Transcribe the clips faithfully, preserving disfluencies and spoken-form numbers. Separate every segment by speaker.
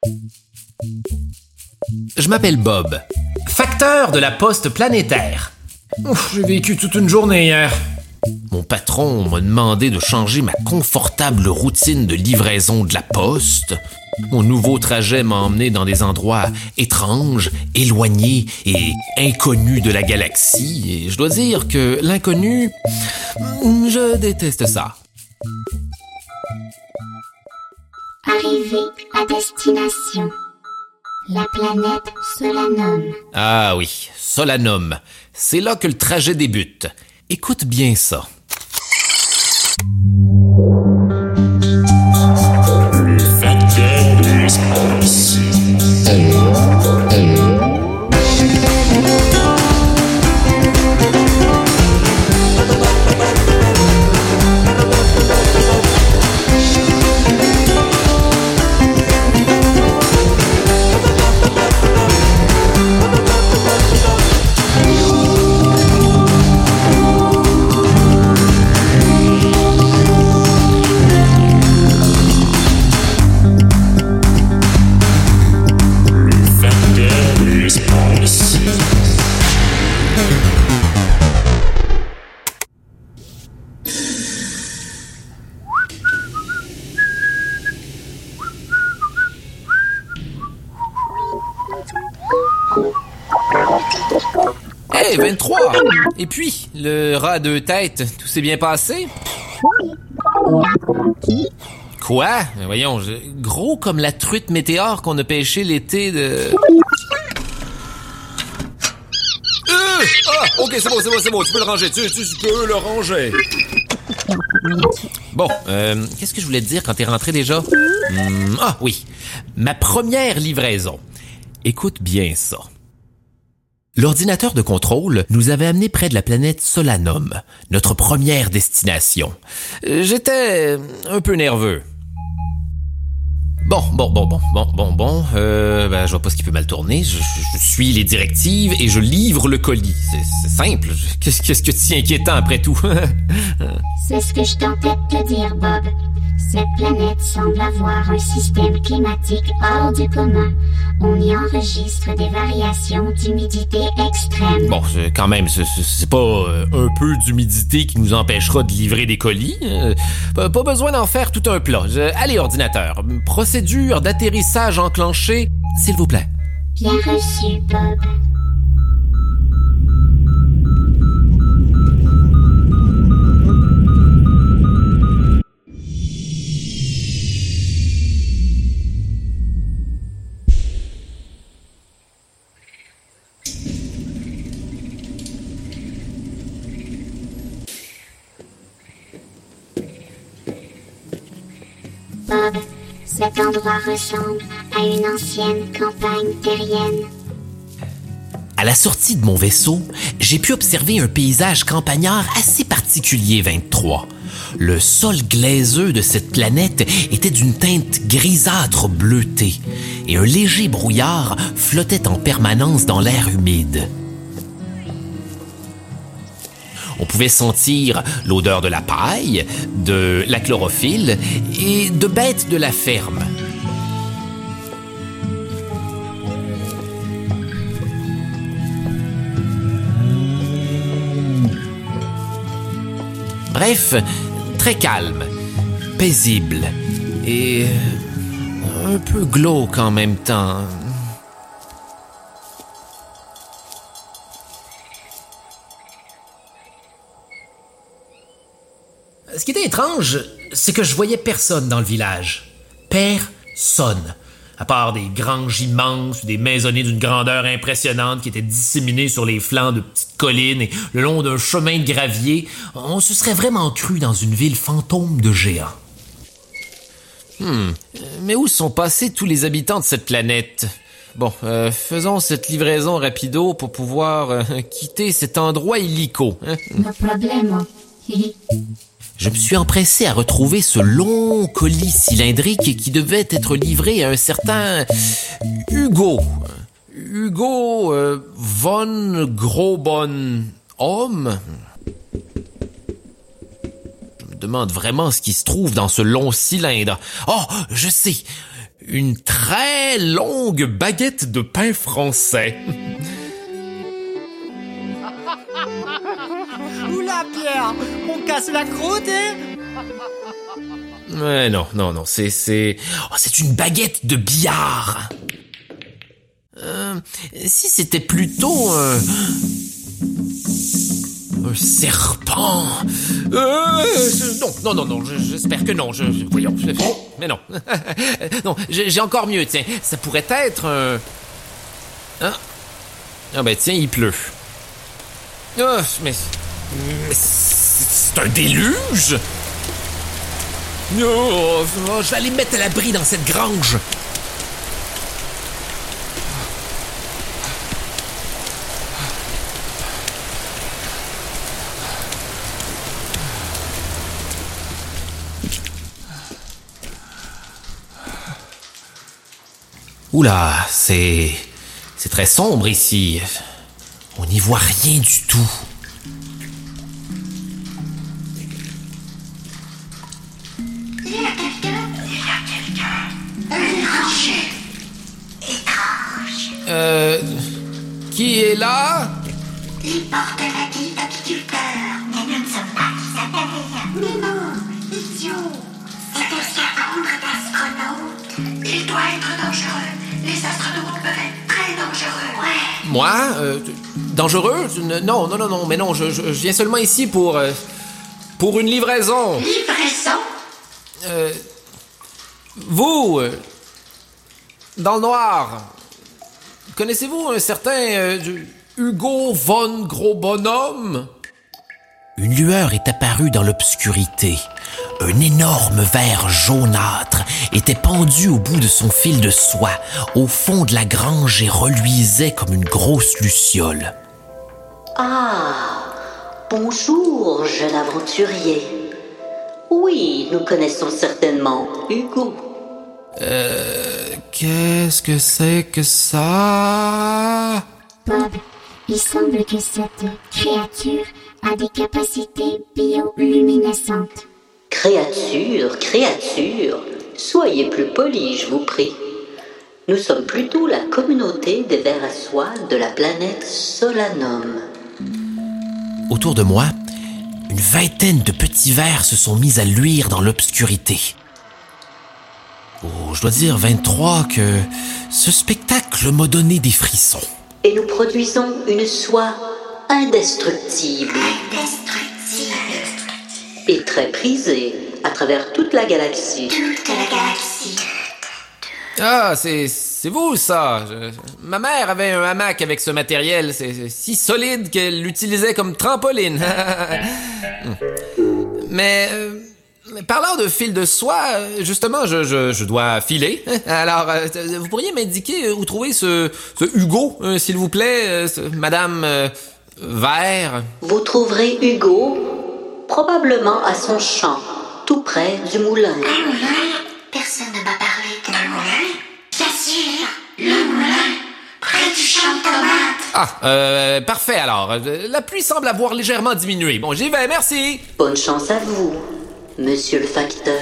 Speaker 1: Je m'appelle Bob, facteur de la poste planétaire. Ouf, j'ai vécu toute une journée hier. Mon patron m'a demandé de changer ma confortable routine de livraison de la poste. Mon nouveau trajet m'a emmené dans des endroits étranges, éloignés et inconnus de la galaxie. Et je dois dire que l'inconnu, je déteste ça.
Speaker 2: Arrivé à destination. La planète Solanum.
Speaker 1: Ah oui, Solanum. C'est là que le trajet débute. Écoute bien ça.
Speaker 3: Le facteur de l'espace.
Speaker 1: Hey, vingt-trois! Et puis, le rat à deux têtes, tout s'est bien passé? Quoi? Voyons, je... gros comme la truite météore qu'on a pêchée l'été de... Euh! Ah! Ok, c'est bon, c'est bon, c'est bon, tu peux le ranger, tu, tu, tu peux le ranger. Bon, euh, qu'est-ce que je voulais te dire quand t'es rentré déjà? Hum, ah, oui. Ma première livraison. Écoute bien ça. L'ordinateur de contrôle nous avait amenés près de la planète Solanum, notre première destination. J'étais un peu nerveux. Bon, bon, bon, bon, bon, bon, bon, euh, ben, je vois pas ce qui peut mal tourner. Je, je, je suis les directives et je livre le colis. C'est, c'est simple. Qu'est-ce, qu'est-ce que c'est inquiétant après tout?
Speaker 2: C'est ce que je tentais de te dire, Bob. Cette planète semble avoir un système climatique hors du commun. On y enregistre des variations d'humidité extrêmes.
Speaker 1: Bon, c'est, quand même, c'est, c'est pas euh, un peu d'humidité qui nous empêchera de livrer des colis. Euh, pas, pas besoin d'en faire tout un plat. Je, allez, ordinateur, procédure d'atterrissage enclenchée, s'il vous plaît.
Speaker 2: Bien reçu, Bob. Bob, cet endroit ressemble à une ancienne campagne terrienne.
Speaker 1: À la sortie de mon vaisseau, j'ai pu observer un paysage campagnard assez particulier, vingt-trois. Le sol glaiseux de cette planète était d'une teinte grisâtre bleutée et un léger brouillard flottait en permanence dans l'air humide. On pouvait sentir l'odeur de la paille, de la chlorophylle et de bêtes de la ferme. Bref, très calme, paisible et un peu glauque en même temps. Ce qui était étrange, c'est que je voyais personne dans le village. Personne. À part des granges immenses, des maisonnées d'une grandeur impressionnante qui étaient disséminées sur les flancs de petites collines et le long d'un chemin de gravier, on se serait vraiment cru dans une ville fantôme de géants. Hmm, mais où sont passés tous les habitants de cette planète? Bon, euh, faisons cette livraison rapido pour pouvoir euh, quitter cet endroit illico. Hein?
Speaker 2: No problème.
Speaker 1: Je me suis empressé à retrouver ce long colis cylindrique qui devait être livré à un certain Hugo. Hugo euh, von Grobon Homme. Je me demande vraiment ce qui se trouve dans ce long cylindre. Oh, je sais. une très longue baguette de pain français.
Speaker 4: Oula, Pierre, on casse la croûte, hein?
Speaker 1: Ouais, non, non, non, c'est, c'est, oh, c'est une baguette de billard. Euh, si c'était plutôt un, un serpent. Euh, non, non, non, non, j'espère que non. Je, voyons, je, mais non, non, j'ai encore mieux. Tiens, ça pourrait être un. Hein? Ah ben tiens, il pleut. Oh, mais, mais c'est un déluge. Oh, oh, je vais aller me mettre à l'abri dans cette grange. Oula, c'est... c'est très sombre ici. On n'y voit rien du tout.
Speaker 2: Il y a quelqu'un. Il y a quelqu'un. Un étranger. Étrange.
Speaker 1: Euh... Qui est là?
Speaker 2: Il porte l'habit d'apiculteur. Mais nous ne sommes pas Isabelle. Mais non, idiot. C'est un scaphandre d'astronaute. Il doit être dangereux. Les astronautes peuvent être très dangereux. Ouais.
Speaker 1: Moi? Euh, dangereux? Non, non, non, non, mais non, je, je, je viens seulement ici pour... Euh, pour une livraison.
Speaker 2: Livraison?
Speaker 1: Euh... Vous, euh, dans le noir, connaissez-vous un certain euh, Hugo von Gros Bonhomme? Une lueur est apparue dans l'obscurité. Un énorme ver jaunâtre était pendu au bout de son fil de soie, au fond de la grange et reluisait comme une grosse luciole.
Speaker 5: Ah, bonjour, jeune aventurier. Oui, nous connaissons certainement Hugo.
Speaker 1: Euh... Qu'est-ce que c'est que ça?
Speaker 2: Bob, il semble que cette créature a des capacités bioluminescentes.
Speaker 5: Créature, créature, soyez plus poli, je vous prie. Nous sommes plutôt la communauté des vers à soie de la planète Solanum.
Speaker 1: Autour de moi, une vingtaine de petits vers se sont mis à luire dans l'obscurité. Oh, je dois dire, vingt-trois, que ce spectacle m'a donné des frissons.
Speaker 5: Et nous produisons une soie indestructible.
Speaker 2: Indestructible.
Speaker 5: Et très prisée à travers toute la galaxie.
Speaker 2: Toute la galaxie.
Speaker 1: Ah, c'est, c'est vous, ça. Je, ma mère avait un hamac avec ce matériel. C'est, c'est si solide qu'elle l'utilisait comme trampoline. Mais, euh, parlant de fil de soie, justement, je, je, je dois filer. Alors, euh, vous pourriez m'indiquer où trouver ce, ce Hugo, euh, s'il vous plaît, euh, ce, Madame euh, Vert?
Speaker 5: Vous trouverez Hugo probablement à son champ, tout près du moulin.
Speaker 2: Un moulin? Personne ne m'a parlé d'un moulin. Bien sûr, le moulin, près du champ de tomates.
Speaker 1: Ah, euh, parfait alors. La pluie semble avoir légèrement diminué. Bon, j'y vais, merci.
Speaker 5: Bonne chance à vous, monsieur le facteur.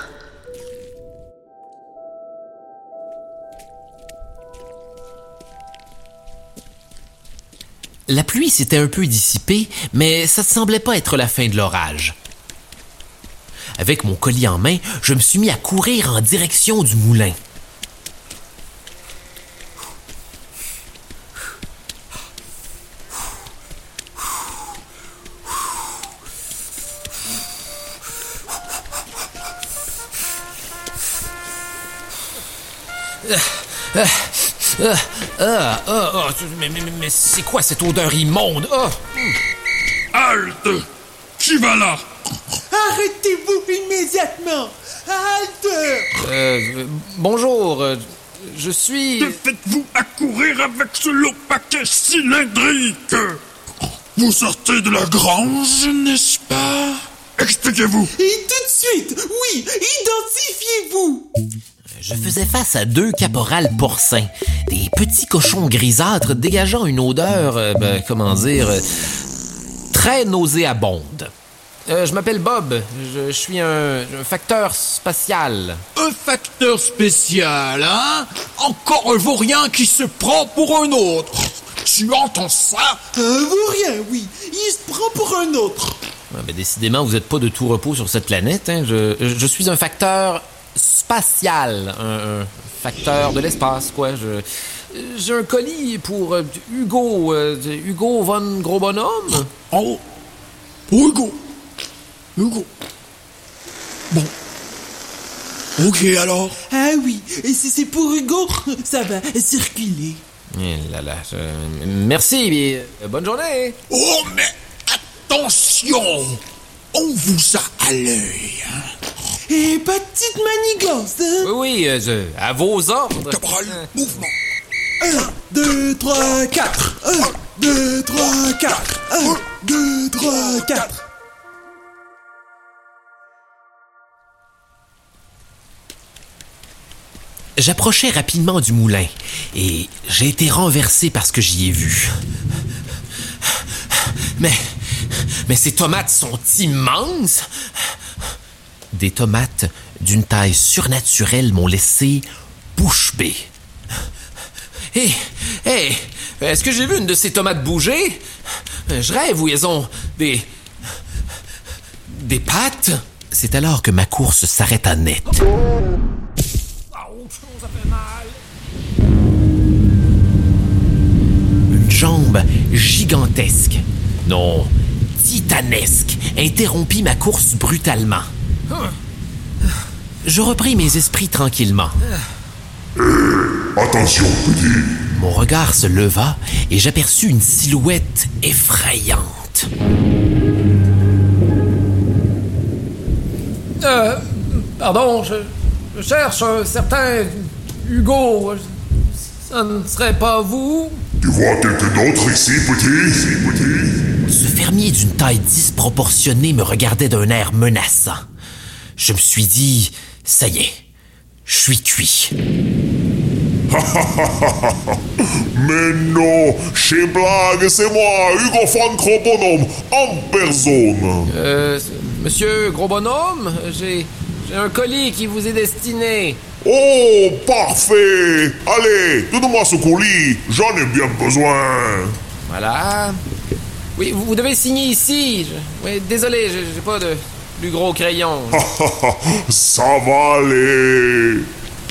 Speaker 1: La pluie s'était un peu dissipée, mais ça ne semblait pas être la fin de l'orage. Avec mon collier en main, je me suis mis à courir en direction du moulin. Ah, ah, ah, ah, ah, mais, mais, mais c'est quoi cette odeur immonde? Ah.
Speaker 6: Halte! Qui va là?
Speaker 4: Arrêtez-vous immédiatement! Halte!
Speaker 1: Euh, bonjour, euh, je suis...
Speaker 6: Que faites-vous accourir avec ce lot paquet cylindrique? Vous sortez de la grange, n'est-ce pas? Expliquez-vous!
Speaker 4: Et tout de suite! Oui! Identifiez-vous!
Speaker 1: Je faisais face à deux caporales porcins, des petits cochons grisâtres dégageant une odeur, euh, ben, comment dire, euh, très nauséabonde. Euh, je m'appelle Bob, je, je suis un, un facteur spatial.
Speaker 6: Un facteur facteur spécial, hein? Encore un vaurien qui se prend pour un autre. Tu entends ça?
Speaker 4: Un vaurien, oui. Il se prend pour un autre.
Speaker 1: Ah, ben, décidément, vous n'êtes pas de tout repos sur cette planète. Hein. Je, je suis un facteur spatial, un, un facteur de l'espace, quoi. Je, j'ai un colis pour euh, Hugo, euh, Hugo von Gros Bonhomme.
Speaker 6: Oh, Hugo. Hugo. Bon. Ok, alors.
Speaker 4: Ah oui, et si c'est pour Hugo, ça va circuler.
Speaker 1: Eh là là, je- merci, et euh, bonne journée.
Speaker 6: Oh, mais attention! On vous a à l'œil, hein?
Speaker 4: Et pas de petite manigance, hein?
Speaker 1: Oui, oui, euh, je- à vos ordres.
Speaker 6: Cabral,
Speaker 1: Euh,
Speaker 6: mouvement.
Speaker 4: Un, deux, trois, quatre. Un, deux, trois, quatre. Un, deux, trois, quatre.
Speaker 1: J'approchais rapidement du moulin et j'ai été renversé par ce que j'y ai vu. Mais, mais ces tomates sont immenses. Des tomates d'une taille surnaturelle m'ont laissé bouche bée. Hé, hé, est-ce que j'ai vu une de ces tomates bouger? Je rêve ou elles ont des... des pattes? C'est alors que ma course s'arrêta net. Une jambe gigantesque, non, titanesque, interrompit ma course brutalement. Je repris mes esprits tranquillement.
Speaker 3: Attention, petit.
Speaker 1: Mon regard se leva et j'aperçus une silhouette effrayante. Euh, pardon, je, je cherche un certain Hugo. Ça ne serait pas vous?
Speaker 3: Tu vois quelqu'un d'autre ici, petit? Ici, petit?
Speaker 1: Ce fermier d'une taille disproportionnée me regardait d'un air menaçant. Je me suis dit, ça y est, je suis cuit.
Speaker 3: Mais non, chez Blague, c'est moi, Hugo von Gros Bonhomme, en personne.
Speaker 1: Euh, monsieur Gros Bonhomme, j'ai, j'ai un colis qui vous est destiné.
Speaker 3: Oh, parfait. Allez, donne-moi ce colis, j'en ai bien besoin.
Speaker 1: Voilà. Oui, vous, vous devez signer ici. Je- oui, désolé, j'ai, j'ai pas de plus gros crayon.
Speaker 3: Ça va aller.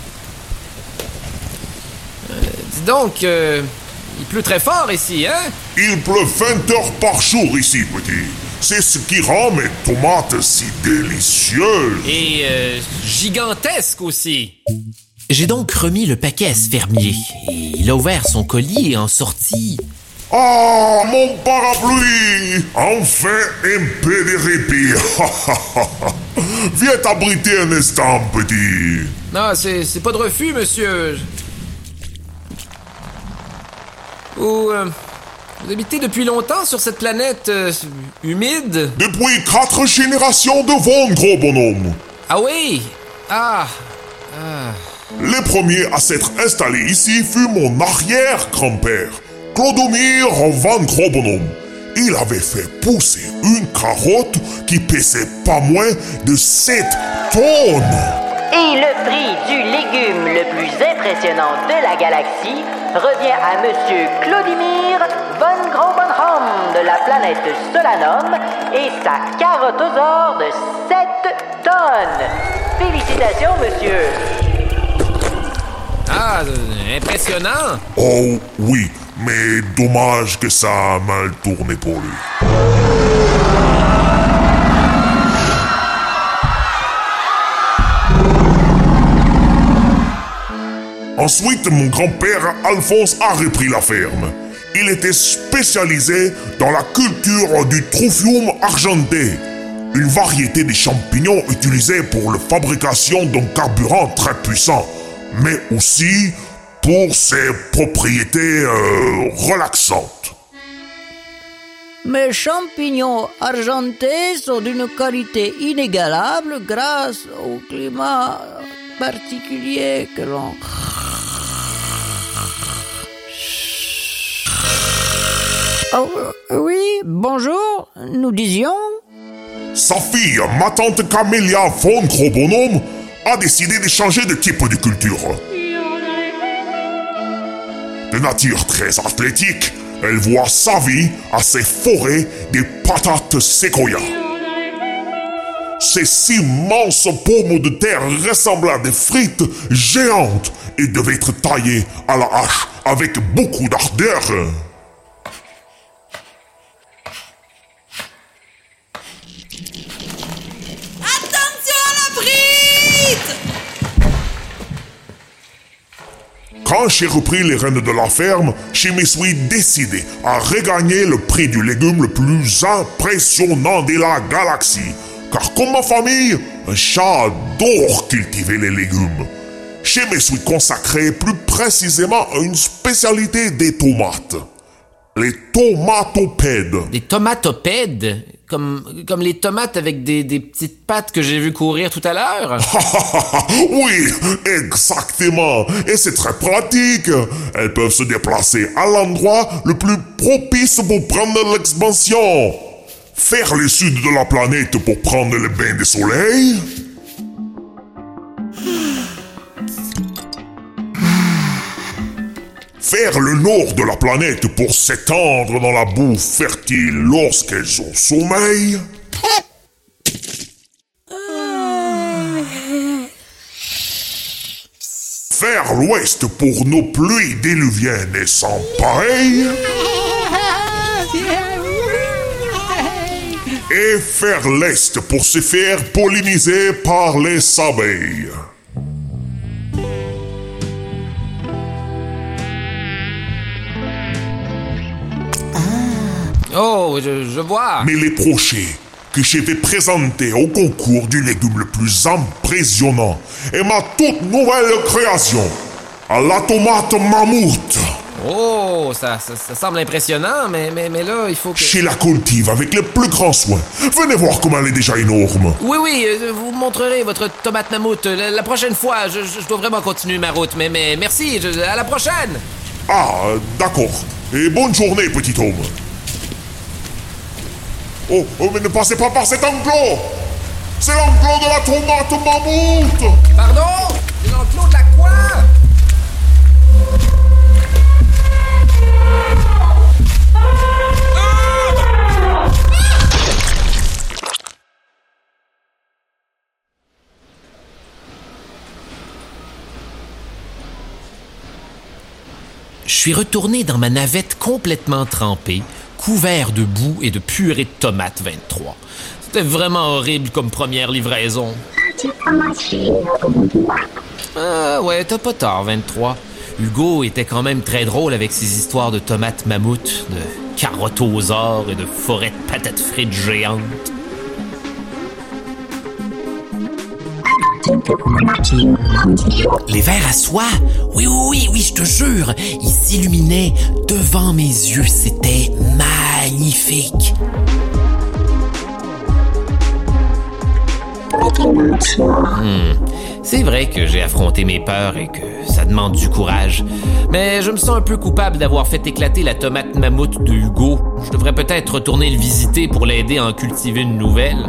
Speaker 1: Dis donc, euh, il pleut très fort ici, hein?
Speaker 3: Il pleut vingt heures par jour ici, petit. C'est ce qui rend mes tomates si délicieuses.
Speaker 1: Et euh, gigantesque aussi. J'ai donc remis le paquet à ce fermier. Et il a ouvert son colis et en sortit...
Speaker 3: Ah, mon parapluie! Enfin un peu de répit. Viens t'abriter un instant, petit.
Speaker 1: Non, c'est, c'est pas de refus, monsieur. Vous, euh, vous habitez depuis longtemps sur cette planète euh, humide?
Speaker 3: Depuis quatre générations de Von Gros Bonhomme.
Speaker 1: Ah oui? Ah.
Speaker 3: Le premier à s'être installé ici fut mon arrière-grand-père, Clodomir Von Gros Bonhomme. Il avait fait pousser une carotte qui pesait pas moins de sept tonnes.
Speaker 5: Et le prix du légume le plus impressionnant de la galaxie revient à Monsieur Clodimir von Gros Bonhomme de la planète Solanum et sa carottosaure de sept tonnes. Félicitations, monsieur.
Speaker 1: Ah, euh, impressionnant.
Speaker 3: Oh oui, mais dommage que ça a mal tourné pour lui. Ensuite, mon grand-père Alphonse a repris la ferme. Il était spécialisé dans la culture du Truffium argenté, une variété de champignons utilisés pour la fabrication d'un carburant très puissant, mais aussi pour ses propriétés euh, relaxantes.
Speaker 7: Mes champignons argentés sont d'une qualité inégalable grâce au climat particulier que l'on... Oh, oui, bonjour, nous disions...
Speaker 3: Sa fille, ma tante Camélia von Gros Bonhomme, a décidé de changer de type de culture. De nature très athlétique, elle voit sa vie à ses forêts des patates séquoia. Ces immenses pommes de terre ressemblaient à des frites géantes et devaient être taillées à la hache avec beaucoup d'ardeur.
Speaker 8: Attention à la frite!
Speaker 3: Quand j'ai repris les rênes de la ferme, je me suis décidé à regagner le prix du légume le plus impressionnant de la galaxie. Car comme ma famille, j'adore cultiver les légumes. Je me suis consacré plus précisément à une spécialité des tomates. Les tomatopèdes.
Speaker 1: Des tomatopèdes? Comme, comme les tomates avec des, des petites pattes que j'ai vu courir tout à l'heure?
Speaker 3: Oui, exactement. Et c'est très pratique. Elles peuvent se déplacer à l'endroit le plus propice pour prendre l'expansion. Faire le sud de la planète pour prendre le bain de soleil. Faire le nord de la planète pour s'étendre dans la boue fertile lorsqu'elles ont sommeil. Faire l'ouest pour nos pluies diluviennes et sans pareil. Et faire l'est pour se faire polliniser par les abeilles.
Speaker 1: Oh, je, je vois.
Speaker 3: Mais les projets que je vais présenter au concours du légume le plus impressionnant est ma toute nouvelle création, à la tomate mammouth.
Speaker 1: Oh, ça, ça, ça semble impressionnant, mais, mais, mais là, il faut que...
Speaker 3: Je la cultive avec le plus grand soin. Venez voir comment elle est déjà énorme.
Speaker 1: Oui, oui, euh, vous me montrerez votre tomate mammouth la, la prochaine fois. Je, je, je dois vraiment continuer ma route, mais, mais merci, je, à la prochaine.
Speaker 3: Ah, d'accord. Et bonne journée, petit homme. Oh, oh, mais ne passez pas par cet enclos. C'est l'enclos de la tomate mammouth.
Speaker 1: Pardon? C'est l'enclos de la quoi? Je suis retourné dans ma navette complètement trempée, couvert de boue et de purée de tomates vingt-trois. C'était vraiment horrible comme première livraison. Ah ouais, t'as pas tort, vingt-trois. Hugo était quand même très drôle avec ses histoires de tomates mammouth, de carottes aux ors et de forêts de patates frites géantes. Les vers à soie, oui, oui, oui, oui, je te jure, ils s'illuminaient devant mes yeux. C'était magnifique. Hmm. C'est vrai que j'ai affronté mes peurs et que ça demande du courage. Mais je me sens un peu coupable d'avoir fait éclater la tomate mammouth de Hugo. Je devrais peut-être retourner le visiter pour l'aider à en cultiver une nouvelle.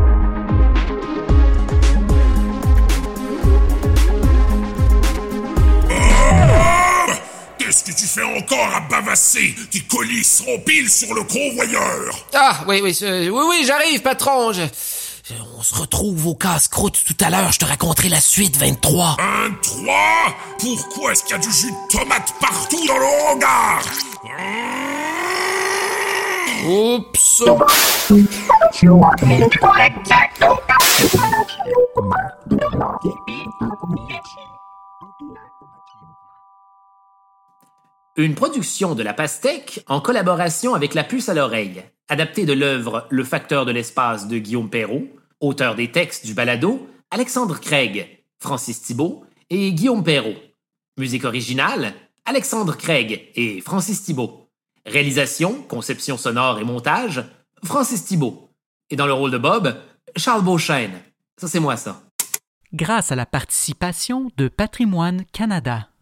Speaker 6: Qu'est-ce que tu fais encore à bavasser? Tes colis seront pile sur le convoyeur.
Speaker 1: Ah, oui, oui, euh, oui, oui, j'arrive, patron. Je, je, on se retrouve au casse-croûte tout à l'heure. Je te raconterai la suite, vingt-trois.
Speaker 6: vingt-trois? Pourquoi est-ce qu'il y a du jus de tomate partout dans le hangar?
Speaker 1: Oups. Une production de La Pastèque en collaboration avec La Puce à l'oreille, adaptée de l'œuvre Le facteur de l'espace de Guillaume Perrault, auteur des textes du balado, Alexandre Craig, Francis Thibault et Guillaume Perrault. Musique originale, Alexandre Craig et Francis Thibault. Réalisation, conception sonore et montage, Francis Thibault. Et dans le rôle de Bob, Charles Beauchesne. Ça, c'est moi, ça.
Speaker 9: Grâce à la participation de Patrimoine Canada.